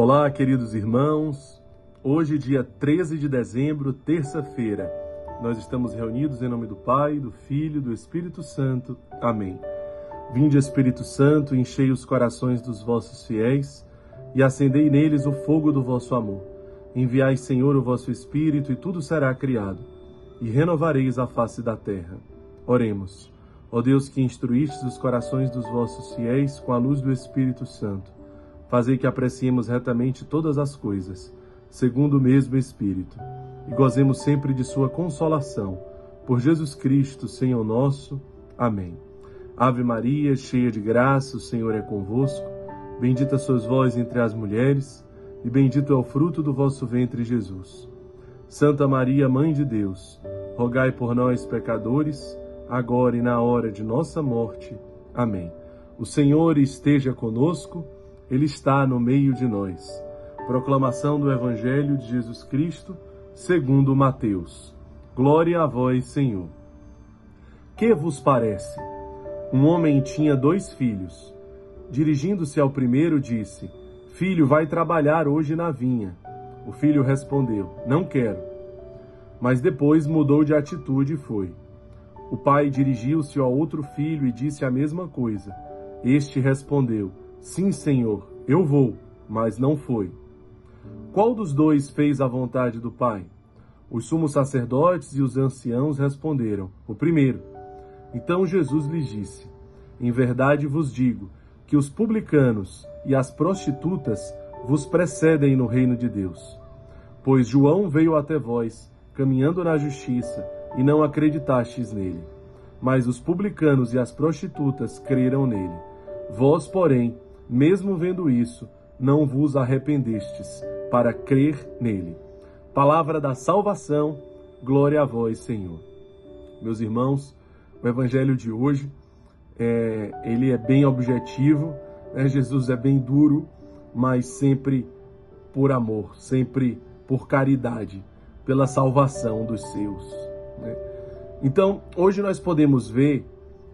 Olá, queridos irmãos. Hoje, dia 13 de dezembro, terça-feira, nós estamos reunidos em nome do Pai, do Filho e do Espírito Santo. Amém. Vinde, Espírito Santo, enchei os corações dos vossos fiéis e acendei neles o fogo do vosso amor. Enviai, Senhor, o vosso Espírito e tudo será criado, e renovareis a face da terra. Oremos. Ó Deus, que instruístes os corações dos vossos fiéis com a luz do Espírito Santo, fazei que apreciemos retamente todas as coisas, segundo o mesmo Espírito, e gozemos sempre de sua consolação. Por Jesus Cristo, Senhor nosso. Amém. Ave Maria, cheia de graça, o Senhor é convosco. Bendita sois vós entre as mulheres, e bendito é o fruto do vosso ventre, Jesus. Santa Maria, Mãe de Deus, rogai por nós, pecadores, agora e na hora de nossa morte. Amém. O Senhor esteja conosco, Ele está no meio de nós. Proclamação do Evangelho de Jesus Cristo, segundo Mateus. Glória a vós, Senhor. Que vos parece? Um homem tinha 2 filhos. Dirigindo-se ao primeiro, disse: Filho, vai trabalhar hoje na vinha. O filho respondeu: Não quero. Mas depois mudou de atitude e foi. O pai dirigiu-se ao outro filho e disse a mesma coisa. Este respondeu: Sim, Senhor, eu vou, mas não foi. Qual dos 2 fez a vontade do pai? Os sumos sacerdotes e os anciãos responderam: O primeiro. Então Jesus lhes disse: Em verdade vos digo que os publicanos e as prostitutas vos precedem no reino de Deus. Pois João veio até vós, caminhando na justiça, e não acreditastes nele. Mas os publicanos e as prostitutas creram nele. Vós, porém, mesmo vendo isso, não vos arrependestes para crer nele. Palavra da salvação, glória a vós, Senhor. Meus irmãos, o evangelho de hoje, ele é bem objetivo, né? Jesus é bem duro, mas sempre por amor, sempre por caridade, pela salvação dos seus, né? Então, hoje nós podemos ver,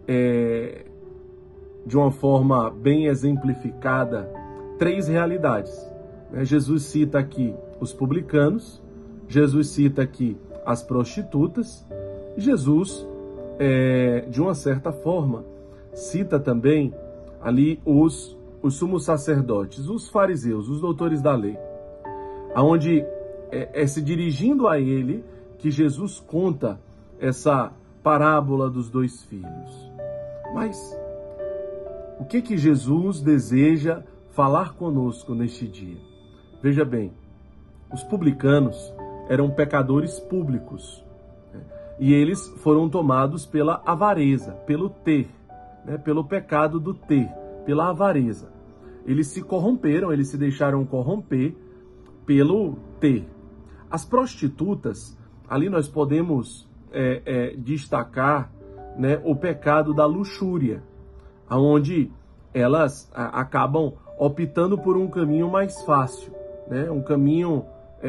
de uma forma bem exemplificada, 3 realidades, né? Jesus cita aqui os publicanos, Jesus cita aqui as prostitutas, e Jesus, de uma certa forma, cita também ali os sumos sacerdotes, os fariseus, os doutores da lei, aonde se dirigindo a ele que Jesus conta essa parábola dos 2 filhos. Mas o que Jesus deseja falar conosco neste dia? Veja bem, os publicanos eram pecadores públicos, né? E eles foram tomados pela avareza, pelo ter, né? Pelo pecado do ter, pela avareza. Eles se corromperam, eles se deixaram corromper pelo ter. As prostitutas, ali nós podemos destacar, né, o pecado da luxúria, onde elas acabam optando por um caminho mais fácil, né, um caminho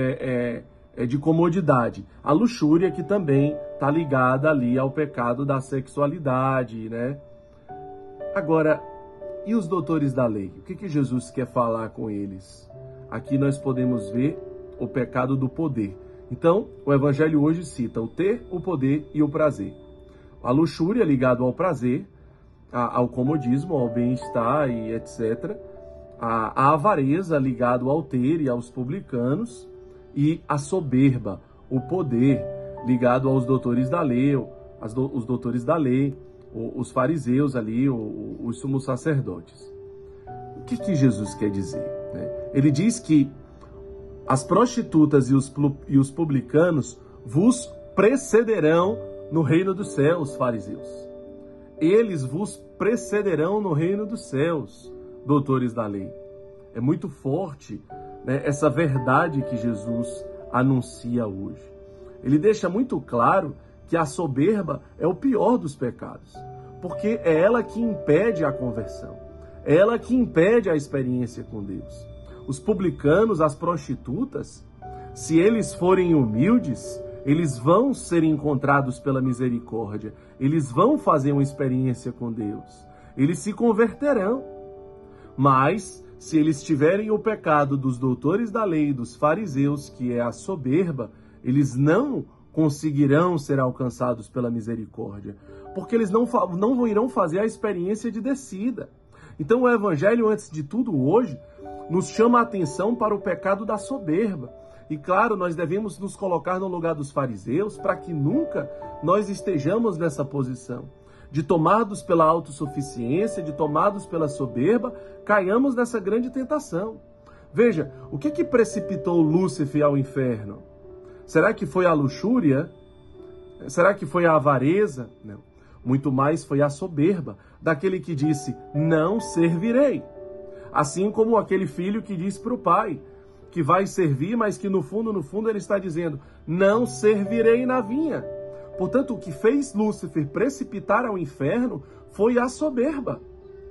de comodidade. A luxúria que também está ligada ali ao pecado da sexualidade, né? Agora, e os doutores da lei? O que Jesus quer falar com eles? Aqui nós podemos ver o pecado do poder. Então, o Evangelho hoje cita o ter, o poder e o prazer. A luxúria ligada ao prazer, ao comodismo, ao bem-estar e etc. A avareza ligada ao ter e aos publicanos. E a soberba, o poder ligado aos doutores da lei, os doutores da lei, os fariseus ali, os sumos sacerdotes. O que Jesus quer dizer, né? Ele diz que as prostitutas e os publicanos vos precederão no reino dos céus, fariseus. Eles vos precederão no reino dos céus, doutores da lei. É muito forte, né, essa verdade que Jesus anuncia hoje. Ele deixa muito claro que a soberba é o pior dos pecados, porque é ela que impede a conversão, é ela que impede a experiência com Deus. Os publicanos, as prostitutas, se eles forem humildes, eles vão ser encontrados pela misericórdia, eles vão fazer uma experiência com Deus, eles se converterão. Mas se eles tiverem o pecado dos doutores da lei, dos fariseus, que é a soberba, eles não conseguirão ser alcançados pela misericórdia, porque eles não irão fazer a experiência de descida. Então o Evangelho, antes de tudo hoje, nos chama a atenção para o pecado da soberba. E claro, nós devemos nos colocar no lugar dos fariseus para que nunca nós estejamos nessa posição, de tomados pela autossuficiência, de tomados pela soberba, caiamos nessa grande tentação. Veja, o que precipitou Lúcifer ao inferno? Será que foi a luxúria? Será que foi a avareza? Não. Muito mais foi a soberba, daquele que disse, não servirei. Assim como aquele filho que diz para o pai, que vai servir, mas que no fundo ele está dizendo, não servirei na vinha. Portanto, o que fez Lúcifer precipitar ao inferno foi a soberba.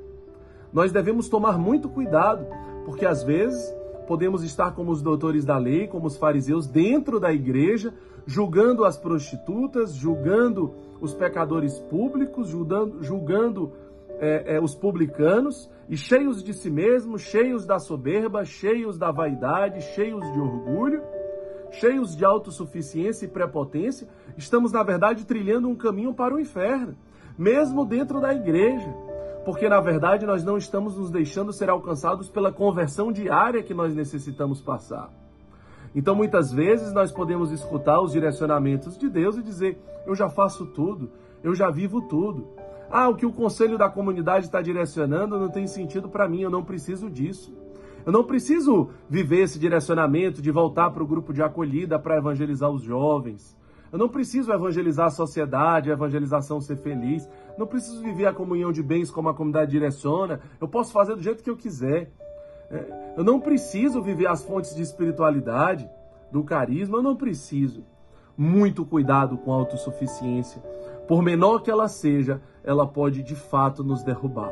Nós devemos tomar muito cuidado, porque às vezes podemos estar como os doutores da lei, como os fariseus dentro da igreja, julgando as prostitutas, julgando os pecadores públicos, julgando os publicanos, e cheios de si mesmos, cheios da soberba, cheios da vaidade, cheios de orgulho, cheios de autossuficiência e prepotência, estamos, na verdade, trilhando um caminho para o inferno, mesmo dentro da igreja, porque, na verdade, nós não estamos nos deixando ser alcançados pela conversão diária que nós necessitamos passar. Então, muitas vezes, nós podemos escutar os direcionamentos de Deus e dizer, eu já faço tudo, eu já vivo tudo. O que o conselho da comunidade está direcionando não tem sentido para mim, eu não preciso disso. Eu não preciso viver esse direcionamento de voltar para o grupo de acolhida para evangelizar os jovens. Eu não preciso evangelizar a sociedade, a evangelização ser feliz. Não preciso viver a comunhão de bens como a comunidade direciona. Eu posso fazer do jeito que eu quiser. Eu não preciso viver as fontes de espiritualidade, do carisma. Eu não preciso. Muito cuidado com a autossuficiência. Por menor que ela seja, ela pode de fato nos derrubar.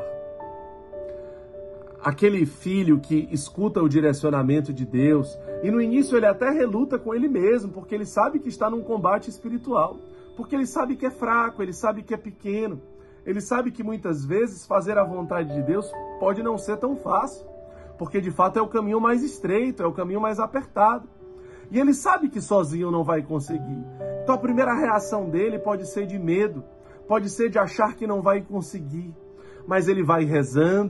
Aquele filho que escuta o direcionamento de Deus e no início ele até reluta com ele mesmo, porque ele sabe que está num combate espiritual, porque ele sabe que é fraco, ele sabe que é pequeno, ele sabe que muitas vezes fazer a vontade de Deus pode não ser tão fácil, porque de fato é o caminho mais estreito, é o caminho mais apertado. E ele sabe que sozinho não vai conseguir. Então a primeira reação dele pode ser de medo, pode ser de achar que não vai conseguir. Mas ele vai rezando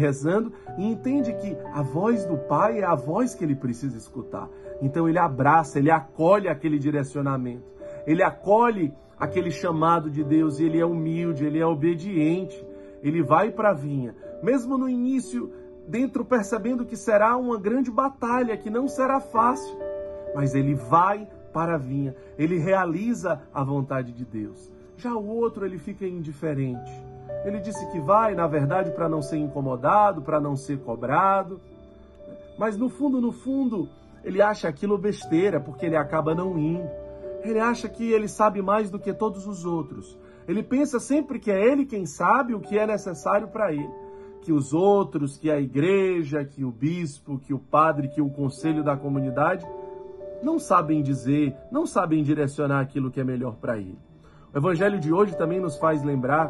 e entende que a voz do Pai é a voz que ele precisa escutar. Então ele abraça, ele acolhe aquele direcionamento. Ele acolhe aquele chamado de Deus e ele é humilde, ele é obediente. Ele vai para a vinha. Mesmo no início, dentro percebendo que será uma grande batalha, que não será fácil. Mas ele vai para a vinha. Ele realiza a vontade de Deus. Já o outro, ele fica indiferente. Ele disse que vai, na verdade, para não ser incomodado, para não ser cobrado. Mas no fundo, ele acha aquilo besteira, porque ele acaba não indo. Ele acha que ele sabe mais do que todos os outros. Ele pensa sempre que é ele quem sabe o que é necessário para ele. Que os outros, que a igreja, que o bispo, que o padre, que o conselho da comunidade não sabem dizer, não sabem direcionar aquilo que é melhor para ele. O evangelho de hoje também nos faz lembrar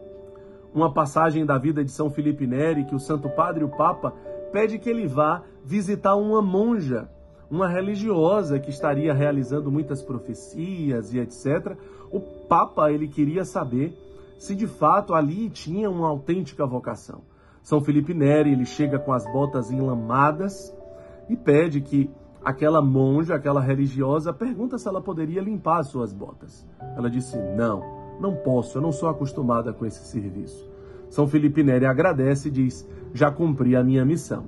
uma passagem da vida de São Felipe Neri, que o Santo Padre, o Papa, pede que ele vá visitar uma monja, uma religiosa que estaria realizando muitas profecias e etc. O Papa, ele queria saber se de fato ali tinha uma autêntica vocação. São Felipe Neri, ele chega com as botas enlamadas e pede que aquela monja, aquela religiosa, pergunta se ela poderia limpar as suas botas. Ela disse, não posso, eu não sou acostumada com esse serviço. São Felipe Neri agradece e diz, já cumpri a minha missão.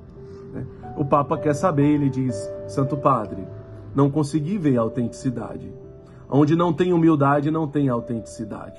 O Papa quer saber, ele diz, Santo Padre, não consegui ver a autenticidade. Onde não tem humildade, não tem autenticidade.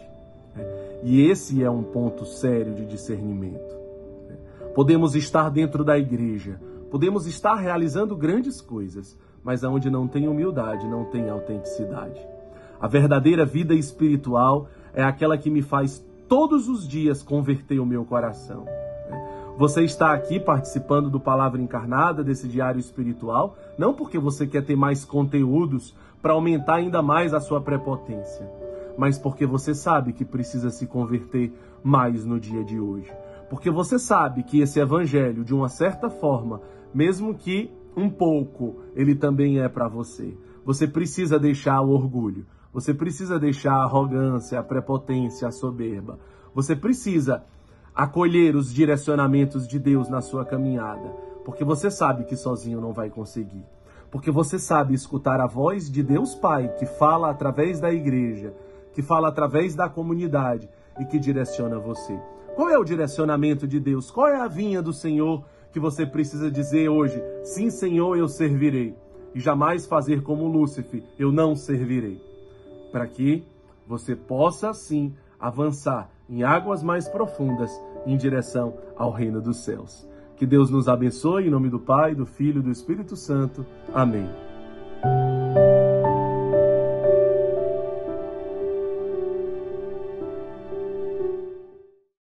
E esse é um ponto sério de discernimento. Podemos estar dentro da igreja, podemos estar realizando grandes coisas, mas onde não tem humildade, não tem autenticidade. A verdadeira vida espiritual é aquela que me faz todos os dias converter o meu coração. Você está aqui participando do Palavra Encarnada, desse diário espiritual, não porque você quer ter mais conteúdos para aumentar ainda mais a sua prepotência, mas porque você sabe que precisa se converter mais no dia de hoje. Porque você sabe que esse evangelho, de uma certa forma, mesmo que um pouco, ele também é para você. Você precisa deixar o orgulho. Você precisa deixar a arrogância, a prepotência, a soberba. Você precisa acolher os direcionamentos de Deus na sua caminhada. Porque você sabe que sozinho não vai conseguir. Porque você sabe escutar a voz de Deus Pai, que fala através da igreja, que fala através da comunidade e que direciona você. Qual é o direcionamento de Deus? Qual é a vinha do Senhor que você precisa dizer hoje? Sim, Senhor, eu servirei. E jamais fazer como Lúcifer, eu não servirei. Para que você possa, sim, avançar em águas mais profundas em direção ao reino dos céus. Que Deus nos abençoe, em nome do Pai, do Filho e do Espírito Santo. Amém.